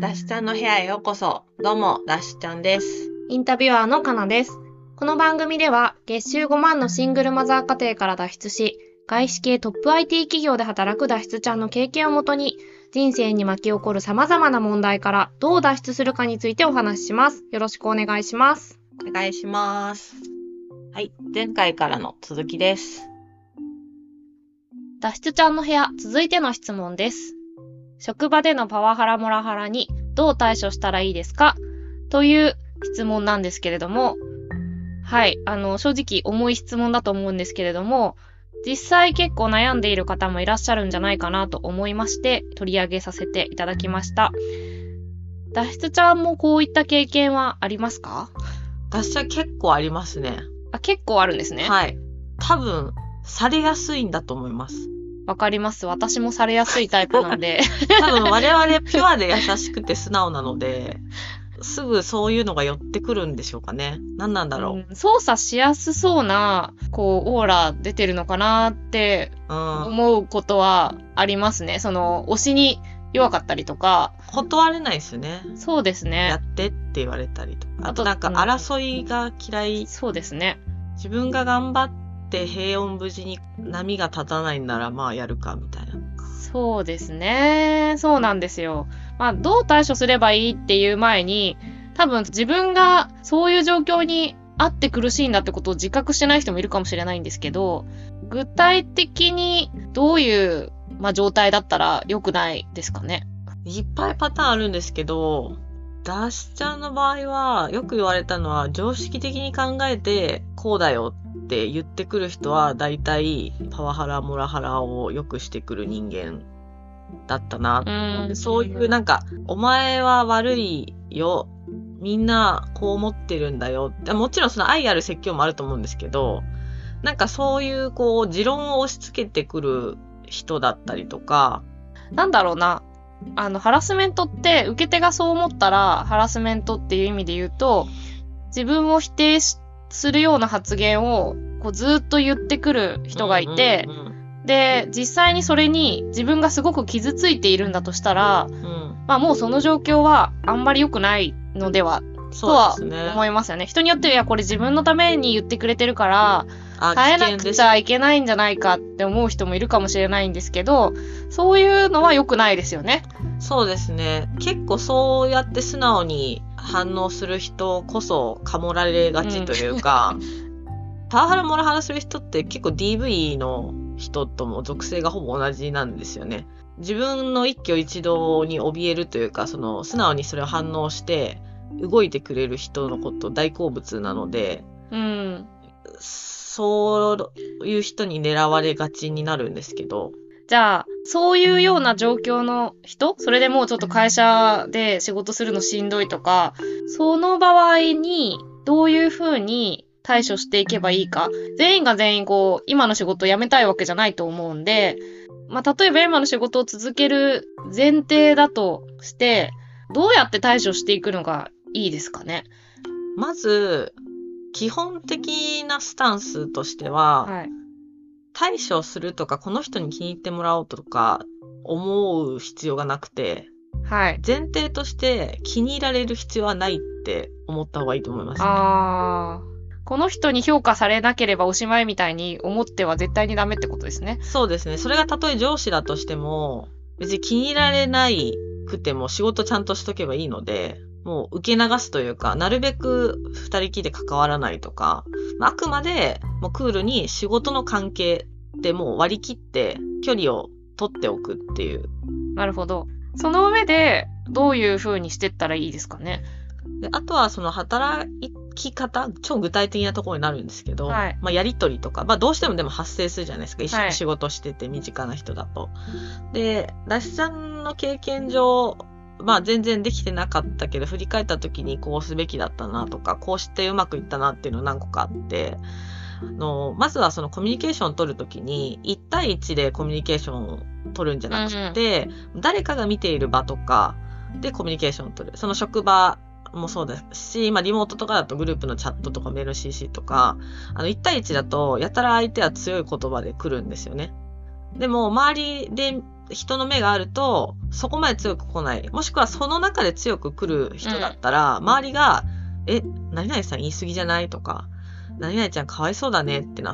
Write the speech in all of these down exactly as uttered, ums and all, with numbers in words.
ダシちゃんの部屋へようこそ。どうも、ダシちゃんです。 インタビュアーのかなです。この番組では月収ごまんのシングルマザー家庭から脱出し、外資系トップ アイティー 企業で働くダシちゃんの経験をもとに、人生に巻き起こる様々な問題からどう脱出するかについてお話しします。よろしくお願いします。 お願いします。はい、前回からの続きです。 脱出ちゃんの部屋、続いての質問です。職場でのパワハラモラハラにどう対処したらいいですかという質問なんですけれども、はい、あの、正直重い質問だと思うんですけれども、実際結構悩んでいる方もいらっしゃるんじゃないかなと思いまして、取り上げさせていただきました。脱出ちゃんもこういった経験はありますか？ 私は結構ありますね。 あ、結構あるんですね。 はい。多分、されやすいんだと思います。 わかります。私もされやすいタイプなんで。 多分我々ピュアで優しくて素直なので、すぐそういうのが寄ってくるんでしょうかね。何なんだろう。 うん、操作しやすそうな、こう、オーラ出てるのかなって思うことはありますね。その、推しに弱かったりとか。 断れないですよね。 そうですね。 やってって言われたりとか。あとなんか争いが嫌い。 うん、そうですね。 自分が頑張って平穏無事に波が立たないんならまあやるかみたいな。 そうですね。そうなんですよ。まあどう対処すればいいっていう前に、多分自分がそういう状況にあって苦しいんだってことを自覚してない人もいるかもしれないんですけど、具体的にどういう、まあ、状態だったら良くないですかね。 いっぱいパターンあるんですけど、ダシちゃんの場合はよく言われたのは常識的に考えてこうだよって言ってくる人は大体パワハラモラハラをよくしてくる人間だったな。うん、そういうなんかお前は悪いよ、みんなこう思ってるんだよ。もちろんその愛ある説教もあると思うんですけど、なんかそういうこう持論を押し付けてくる人だったりとか、 なんだろうな。あの、ハラスメントって、受け手がそう思ったら、ハラスメントっていう意味で言うと、自分を否定するような発言を、こうずっと言ってくる人がいて、うんうんうん、で、実際にそれに自分がすごく傷ついているんだとしたら、うん、まあもうその状況はあんまり良くないのでは、とは思いますよね。人によっては、これ自分のために言ってくれてるから、変えなくちゃいけないんじゃないかって思う人もいるかもしれないんですけど、そういうのは良くないですよね。 そうですね。結構そうやって素直に反応する人こそかもられがちというか、うん、パワハラモラハラする人って結構 ディーブイ の人とも属性がほぼ同じなんですよね。自分の一挙一動に怯えるというか、その素直にそれを反応して動いてくれる人のこと大好物なので、うん、そういう人に狙われがちになるんですけど。 じゃあ、そういうような状況の人、それでもうちょっと会社で仕事するのしんどいとか、その場合にどういうふうに対処していけばいいか。全員が全員こう、今の仕事を辞めたいわけじゃないと思うんで、まあ、例えば今の仕事を続ける前提だとして、どうやって対処していくのがいいですかね。 まず、基本的なスタンスとしては、はい、対処するとか、この人に気に入ってもらおうとか思う必要がなくて、はい、前提として気に入られる必要はないって思った方がいいと思います、ね。 あー。この人に評価されなければおしまいみたいに思っては絶対にダメってことですね。 そうですね。それがたとえ上司だとしても、別に気に入られないくても仕事ちゃんとしとけばいいので、もう受け流すというか、なるべく二人きりで関わらないとか、あくまでもうクールに仕事の関係でもう割り切って距離を取っておくっていう。 なるほど。その上でどういう風にしてったらいいですかね。 で、あとはその働き方、超具体的なところになるんですけど、はい、まあやりとりとか、まあどうしてもでも発生するじゃないですか。一緒に仕事してて身近な人だと。はい、で、ダシちゃんの経験上、まあ全然できてなかったけど、振り返った時にこうすべきだったなとか、こうしてうまくいったなっていうの何個かあって、あの、まずはそのコミュニケーションを取るときに、いち対いちでコミュニケーションを取るんじゃなくて、うんうん、誰かが見ている場とかでコミュニケーションを取る。その職場もそうですし、まあリモートとかだとグループのチャットとかメール シーシー とか、あのいち対いちだとやたら相手は強い言葉で来るんですよね。でも周りで人の目があると、そこまで強く来ない。もしくはその中で強く来る人だったら、うん、周りが、え、何々さん言い過ぎじゃないとか、何々ちゃんかわいそうだねってなって、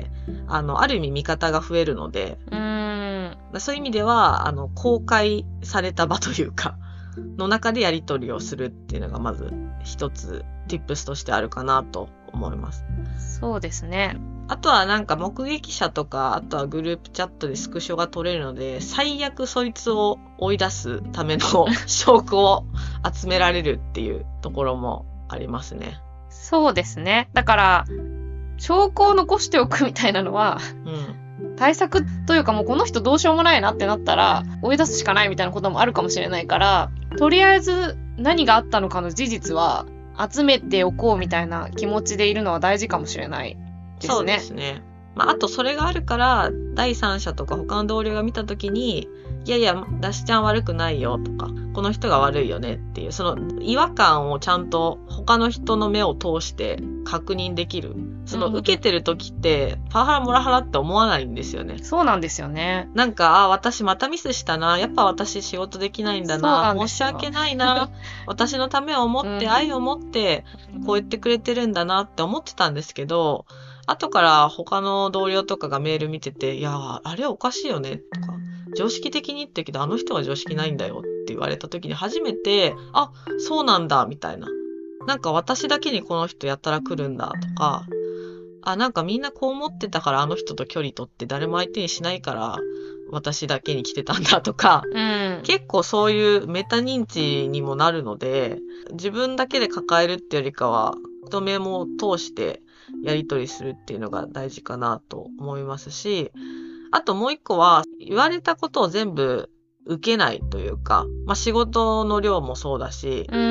あの、ある意味味方が増えるので、 うーんそういう意味では、あの、公開された場というか、の中でやり取りをするっていうのがまず一つ、tips としてあるかなと思います。 そうですね。 あとはなんか目撃者とか、あとはグループチャットでスクショが取れるので、最悪そいつを追い出すための証拠を集められるっていうところもありますね。 そうですね。だから、証拠を残しておくみたいなのは、うん、対策というかもうこの人どうしようもないなってなったら、追い出すしかないみたいなこともあるかもしれないから、とりあえず何があったのかの事実は集めておこうみたいな気持ちでいるのは大事かもしれないですね。 そうですね。まあ、あとそれがあるから、第三者とか他の同僚が見たときに、いやいや、ダシちゃん悪くないよとか、この人が悪いよねっていう、その違和感をちゃんと他の人の目を通して確認できる。その受けてるときって、パワハラモラハラって思わないんですよね。 そうなんですよね。 なんか、あ、私またミスしたな。やっぱ私仕事できないんだな。申し訳ないな。私のためを思って、愛を持って、こう言ってくれてるんだなって思ってたんですけど、後から他の同僚とかがメール見てて、いや、あれおかしいよねとか、常識的に言ってるけど、あの人は常識ないんだよって言われた時に初めて、あ、そうなんだ、みたいな。なんか私だけにこの人やったら来るんだとか、あ、なんかみんなこう思ってたからあの人と距離取って誰も相手にしないから私だけに来てたんだとか、 うん、 結構そういうメタ認知にもなるので、自分だけで抱えるってよりかは、人目も通してやり取りするっていうのが大事かなと思いますし、あともう一個は言われたことを全部受けないというか、まあ、仕事の量もそうだし、 うん、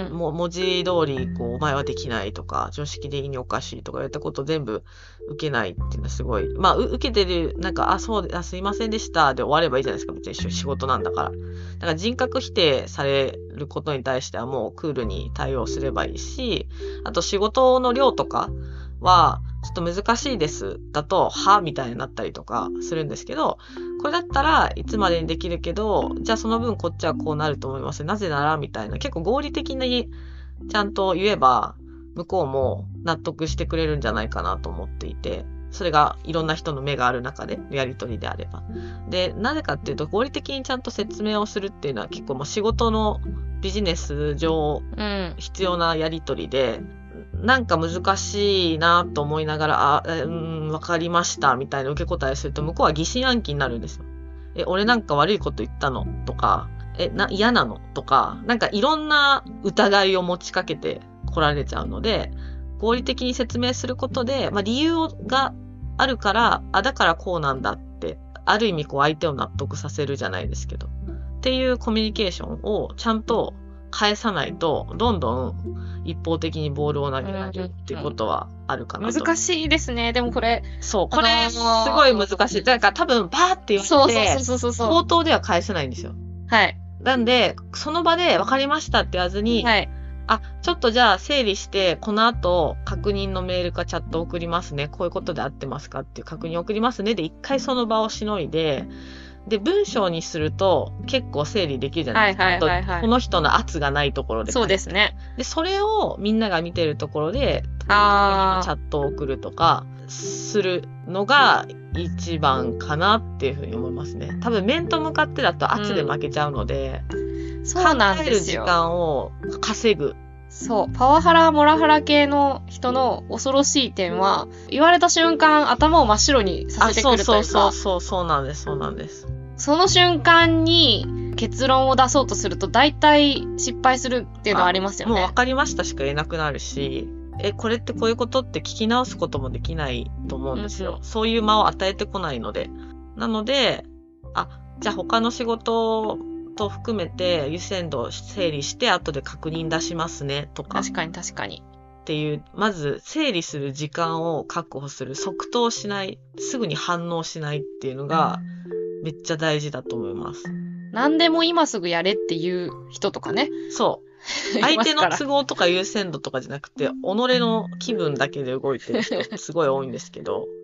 もう文字通りこうお前はできないとか常識的におかしいとか言ったことを全部受けないっていうのはすごい、まあ受けてるなんかあそうあすいませんでしたで終わればいいじゃないですか。別に仕事なんだから。だから人格否定されることに対してはもうクールに対応すればいいし、あと仕事の量とかはちょっと難しいですだとはみたいになったりとかするんですけど、これだったらいつまでにできるけど、じゃあその分こっちはこうなると思います。なぜならみたいな結構合理的にちゃんと言えば向こうも納得してくれるんじゃないかなと思っていて、それがいろんな人の目がある中でやり取りであれば。で、なぜかっていうと合理的にちゃんと説明をするっていうのは結構もう仕事のビジネス上必要なやり取りで、うん、なんか難しいなと思いながら、あ、うん、わかりましたみたいな受け答えすると向こうは疑心暗鬼になるんですよ。え、俺なんか悪いこと言ったのとか、え、な、嫌なのとか、なんかいろんな疑いを持ちかけて来られちゃうので、合理的に説明することで、まあ理由があるから、あ、だからこうなんだって、ある意味こう相手を納得させるじゃないですけど、っていうコミュニケーションをちゃんと返さないと、どんどん一方的にボールを投げられるっていうことはあるかなと。 難しいですね。でもこれ。 そう、これすごい難しい。だから多分バーって言われて、 そうそうそうそうそう。 口頭では返せないんですよ。 はい。 なんで、その場で分かりましたって言わずに、 はい、 あ、ちょっとじゃあ整理して、この後確認のメールかチャット送りますね。こういうことで合ってますかっていう確認送りますね。で、一回その場をしのいで、で、文章にすると結構整理できるじゃないですか。 はいはいはいはい、 この人の圧がないところで。 そうですね。 で、それをみんなが見てるところで、 あチャットを送るとか、するのが一番かなっていうふうに思いますね。多分面と向かってだと圧で負けちゃうので、 うん、そうなんですよ。考える時間を稼ぐ。 そう。パワハラ、モラハラ系の人の恐ろしい点は、言われた瞬間頭を真っ白にさせてくるというか。 そうそうそうそう、そうなんです、そうなんです。 その瞬間に結論を出そうとすると大体失敗するっていうのはありますよね。 もう分かりましたしか言えなくなるし、え、これってこういうことって聞き直すこともできないと思うんですよ。うんうん、そういう間を与えてこないので。なので、あ、じゃあ他の仕事と含めて優先度を整理して後で確認出しますねとか。 確かに確かに。 っていう、まず整理する時間を確保する、即答しない、すぐに反応しないっていうのがめっちゃ大事だと思います。 何でも今すぐやれっていう人とかね。 そう。相手の都合とか優先度とかじゃなくて、己の気分だけで動いてる人すごい多いんですけど。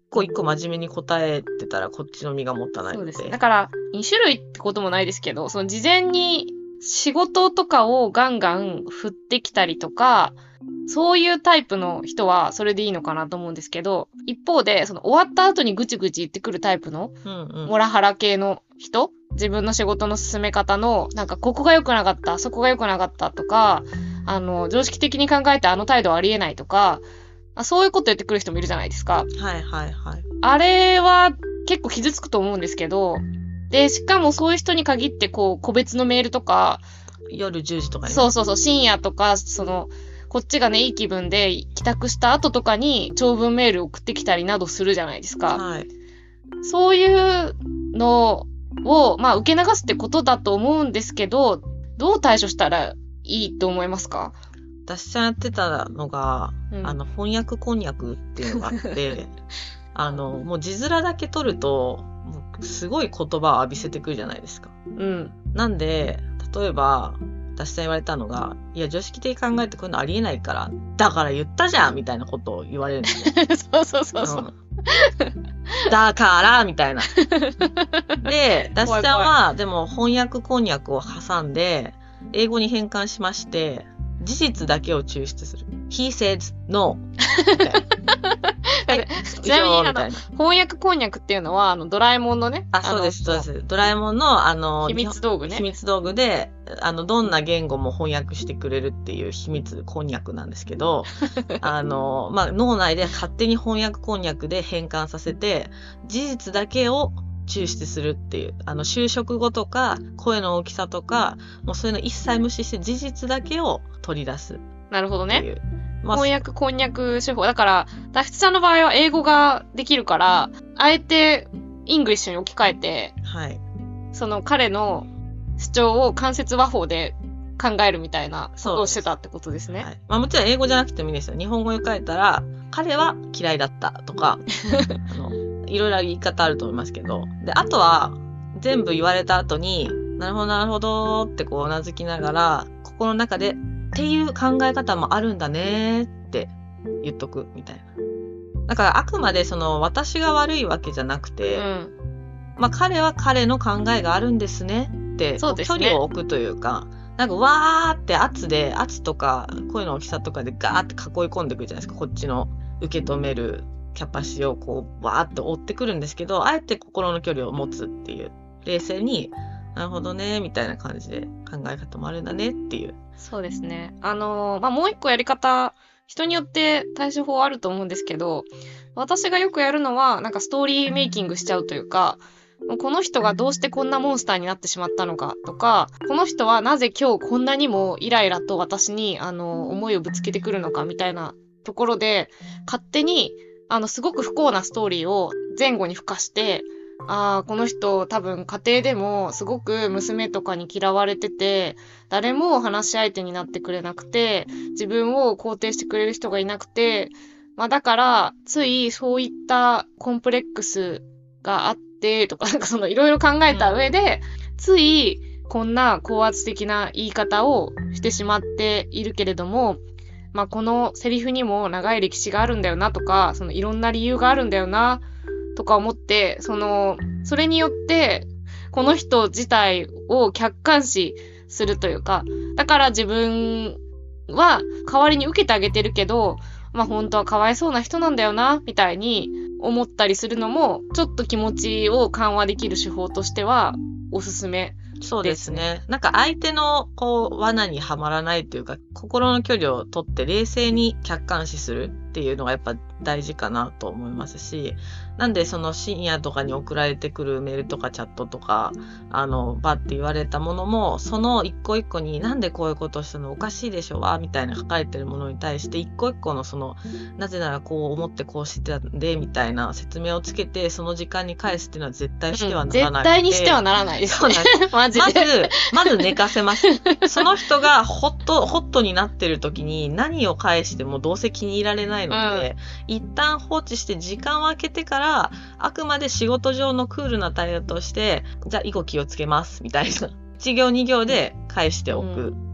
個一個真面目に答えてたらこっちの身が持たないので。 そうです。だから、に種類ってこともないですけど、その事前に仕事とかをガンガン振ってきたりとか、そういうタイプの人はそれでいいのかなと思うんですけど、一方で、その終わった後にぐちぐち言ってくるタイプの、モラハラ系の人、自分の仕事の進め方の、なんかここが良くなかった、そこが良くなかったとか、あの、常識的に考えてあの態度はありえないとか、そういうこと言ってくる人もいるじゃないですか。 はいはいはい。 あれは結構傷つくと思うんですけど、で、しかもそういう人に限ってこう、個別のメールとか、 夜じゅうじとかに、ね。 そうそうそう、深夜とか、その、こっちがね、いい気分で帰宅した後とかに長文メール送ってきたりなどするじゃないですか。 はい。 そういうのを、まあ、受け流すってことだと思うんですけど、どう対処したらいいと思いますか？ 私ちゃんやってたのが、うん、あの、翻訳こんにゃくっていうのがあって、あの、もう字面だけ取ると、もうすごい言葉を浴びせてくるじゃないですか。 うん。 なんで、例えば、私さん言われたのが、いや、常識的に考えてこういうのありえないから、だから言ったじゃんみたいなことを言われるんですよ。そうそうそうそう。 うん、だからみたいな。で、私さんは、でも翻訳こんにゃくを挟んで、英語に変換しまして、事実だけを抽出する。He said no. ちなみに、あの、翻訳こんにゃくっていうのは、あの、ドラえもんのね。 あ、そうです、そうです。ドラえもんの、あの、 秘密道具ね。 秘密道具で、あの、どんな言語も翻訳してくれるっていう秘密こんにゃくなんですけど、あの、まあ、脳内で勝手に翻訳こんにゃくで変換させて、事実だけを抽出するっていう、あの、就職後とか、声の大きさとか、もうそういうの一切無視して事実だけを取り出す。 なるほどね。まあ、翻訳こんにゃく手法。だから、脱出さんの場合は英語ができるから、あえて、イングリッシュに置き換えて、 はい。 その彼の主張を間接和法で考えるみたいなことをしてたってことですね。 はい。まあもちろん英語じゃなくてもいいですよ。日本語に変えたら、彼は嫌いだったとか、あの、いろいろ言い方あると思いますけど。で、あとは、全部言われた後に、なるほどなるほどってこううなずきながら、心の中で、っていう考え方もあるんだねって言っとくみたいな。だからあくまでその私が悪いわけじゃなくて、うん、まあ彼は彼の考えがあるんですねってそうですね、 距離を置くというか、なんかわーって圧で、圧とか声の大きさとかでガーって囲い込んでくるじゃないですか。こっちの受け止めるキャパシをこうわーって追ってくるんですけど、あえて心の距離を持つっていう、冷静になるほどねみたいな感じで考え方もあるんだねっていう。 そうですね。あのー、まあ、もう一個やり方、人によって対処法あると思うんですけど、私がよくやるのは、なんかストーリーメイキングしちゃうというか、この人がどうしてこんなモンスターになってしまったのかとか、この人はなぜ今日こんなにもイライラと私に、あのー、思いをぶつけてくるのかみたいなところで、勝手に、あの、すごく不幸なストーリーを前後に付加して、ああ、この人多分家庭でもすごく娘とかに嫌われてて、誰も話し相手になってくれなくて、自分を肯定してくれる人がいなくて、まあだから、ついそういったコンプレックスがあって、とか、なんかそのいろいろ考えた上で、うん、ついこんな高圧的な言い方をしてしまっているけれども、まあこのセリフにも長い歴史があるんだよなとか、そのいろんな理由があるんだよな、とか思って、その、それによって、この人自体を客観視するというか、だから自分は代わりに受けてあげてるけど、まあ本当はかわいそうな人なんだよな、みたいに思ったりするのも、ちょっと気持ちを緩和できる手法としては、おすすめ。 そうですね。なんか相手のこう罠にはまらないというか、心の距離を取って冷静に客観視するっていうのがやっぱ大事かなと思いますし、なんでその深夜とかに送られてくるメールとかチャットとか、あの、バって言われたものも、その一個一個になんでこういうことをしたのおかしいでしょわみたいな書かれてるものに対して一個一個のその、なぜならこう思ってこうしてたんでみたいな説明をつけて、その時間に返すっていうのは絶対してはならない、うん。 絶対にしてはならないです、ね。マジで。 まず、まず寝かせます。その人がホット、ホットになってる時に何を返してもどうせ気に入られないので、うん、一旦放置して時間を空けてから、あくまで仕事上のクールな対応として、じゃあ以後気をつけます、みたいな。一行二行で返しておく。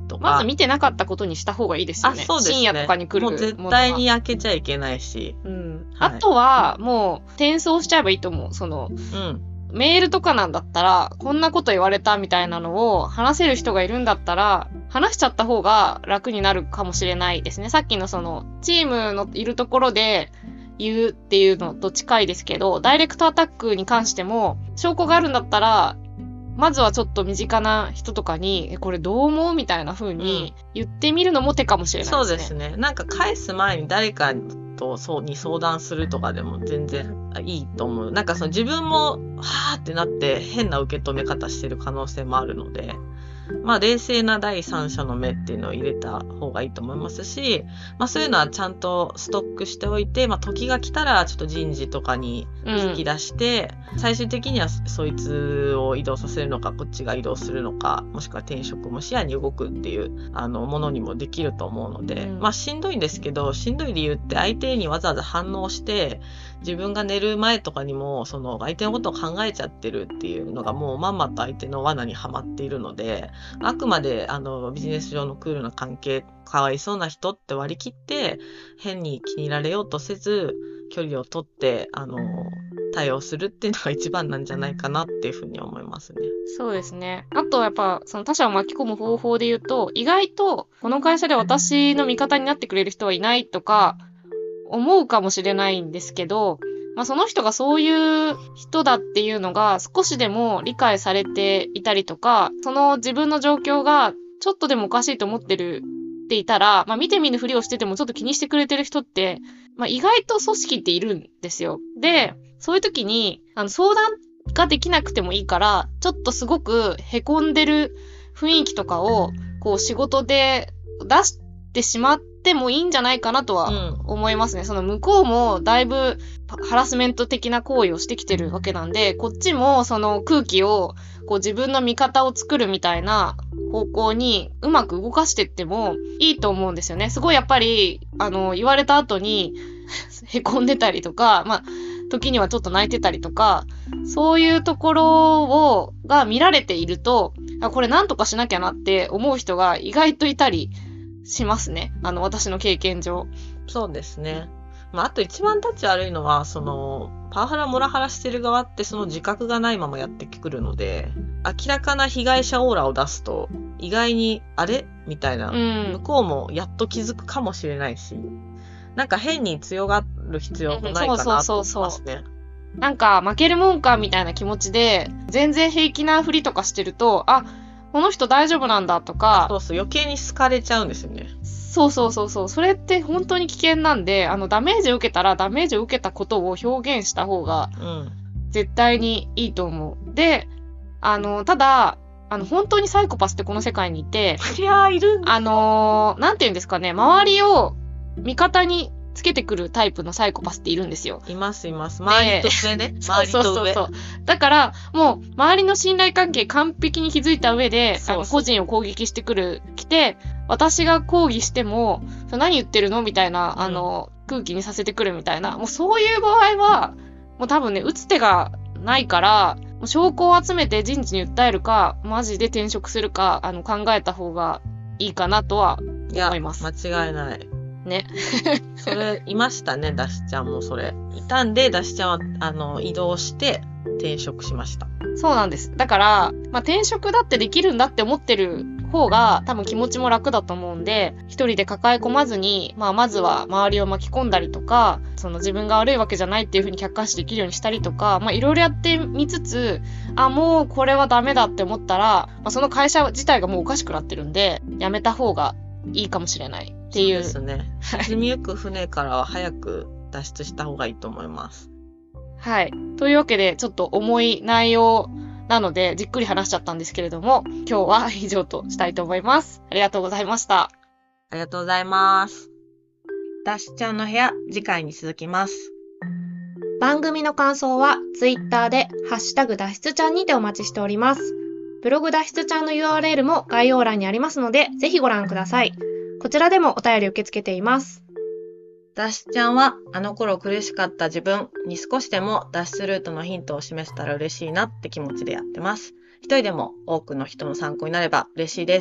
とか。 まず見てなかったことにした方がいいですよね。 あ、そうですね。 深夜とかに来るものは。 もう絶対に開けちゃいけないし。 うん。はい、あとは、もう、転送しちゃえばいいと思う。その、うん。メールとかなんだったら、こんなこと言われたみたいなのを話せる人がいるんだったら、話しちゃった方が楽になるかもしれないですね。さっきのその、チームのいるところで言うっていうのと近いですけど、ダイレクトアタックに関しても、証拠があるんだったら、まずはちょっと身近な人とかに、これどう思うみたいな風に言ってみるのも手かもしれないですね。 そうですね。なんか返す前に誰かとそうに相談するとかでも全然いいと思う。なんかその自分もはーってなって変な受け止め方してる可能性もあるので、まあ冷静な第三者の目っていうのを入れた方がいいと思いますし、まあそういうのはちゃんとストックしておいて、まあ時が来たらちょっと人事とかに引き出して、うん、最終的にはそいつを移動させるのか、こっちが移動するのか、もしくは転職も視野に動くっていうあのものにもできると思うので、うん、まあしんどいんですけど、しんどい理由って相手にわざわざ反応して、自分が寝る前とかにもその相手のことを考えちゃってるっていうのがもうまんまと相手の罠にはまっているので、あくまであのビジネス上のクールな関係、かわいそうな人って割り切って変に気に入られようとせず距離を取ってあの対応するっていうのが一番なんじゃないかなっていうふうに思いますね。 そうですね。あとやっぱその他者を巻き込む方法で言うと、意外とこの会社で私の味方になってくれる人はいないとか思うかもしれないんですけど、まあその人がそういう人だっていうのが少しでも理解されていたりとか、その自分の状況がちょっとでもおかしいと思ってるっていたら、まあ見て見ぬふりをしててもちょっと気にしてくれてる人って、まあ意外と組織っているんですよ。で、そういう時にあの相談ができなくてもいいから、ちょっとすごく凹んでる雰囲気とかをこう仕事で出してしまってでもいいんじゃないかなとは思いますね。うん、その向こうもだいぶハラスメント的な行為をしてきてるわけなんで、こっちもその空気をこう自分の味方を作るみたいな方向にうまく動かしていってもいいと思うんですよね。すごいやっぱりあの言われた後に凹んでたりとか、まあ時にはちょっと泣いてたりとか、そういうところをが見られていると、あ、これなんとかしなきゃなって思う人が意外といたりしますね。あの、私の経験上。 そうですね。まあ、あと一番タッチ悪いのは、その、パワハラ、モラハラしてる側ってその自覚がないままやってくるので、明らかな被害者オーラを出すと、意外に、あれみたいな、うん、向こうもやっと気づくかもしれないし、なんか変に強がる必要もないかなと思いますね。そうそうそうそう。 なんか負けるもんかみたいな気持ちで、全然平気なふりとかしてると、あ、この人大丈夫なんだとか。 そうそう、余計に好かれちゃうんですよね。 そうそうそうそう。それって本当に危険なんで、あの、ダメージを受けたらダメージを受けたことを表現した方が、絶対にいいと思う。うん、で、あの、ただ、あの、本当にサイコパスってこの世界にいて、 いやー、いるんですよ。 あのー、なんて言うんですかね、周りを味方につけてくるタイプのサイコパスっているんですよ。 いますいます。周りと上ね。周りと上。そうそうそう。 だから、もう、周りの信頼関係完璧に築いた上で、そうそうあの個人を攻撃してくる、来て、私が抗議しても、何言ってるのみたいな、あの、うん、空気にさせてくるみたいな。もうそういう場合は、もう多分ね、打つ手がないから、もう証拠を集めて人事に訴えるか、マジで転職するか、あの、考えた方がいいかなとは思います。 いや、間違いない。 ね。 それ、いましたね、ダシちゃんもそれ。いたんで、ダシちゃんは、あの、移動して転職しました。 そうなんです。だから、まあ、転職だってできるんだって思ってる方が、多分気持ちも楽だと思うんで、一人で抱え込まずに、まあ、まずは周りを巻き込んだりとか、その自分が悪いわけじゃないっていう風に客観視できるようにしたりとか、まあ、いろいろやってみつつ、あ、もうこれはダメだって思ったら、まあ、その会社自体がもうおかしくなってるんで、やめた方がいいかもしれない。っていう。 そうですね。沈みゆく船からは早く脱出した方がいいと思います。 はい。というわけで、ちょっと重い内容なので、じっくり話しちゃったんですけれども、今日は以上としたいと思います。ありがとうございました。 ありがとうございます。ダシちゃんの部屋、次回に続きます。 番組の感想は、ツイッターで、ハッシュタグ脱出ちゃんにてお待ちしております。ブログ脱出ちゃんの ユーアールエル も概要欄にありますので、ぜひご覧ください。こちらでもお便り受け付けています。 ダシちゃんはあの頃苦しかった自分に少しでも脱出ルートのヒントを示せたら嬉しいなって気持ちでやってます。一人でも多くの人の参考になれば嬉しいです。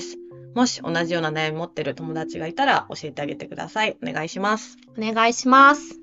もし同じような悩み持ってる友達がいたら教えてあげてください。お願いします。 お願いします。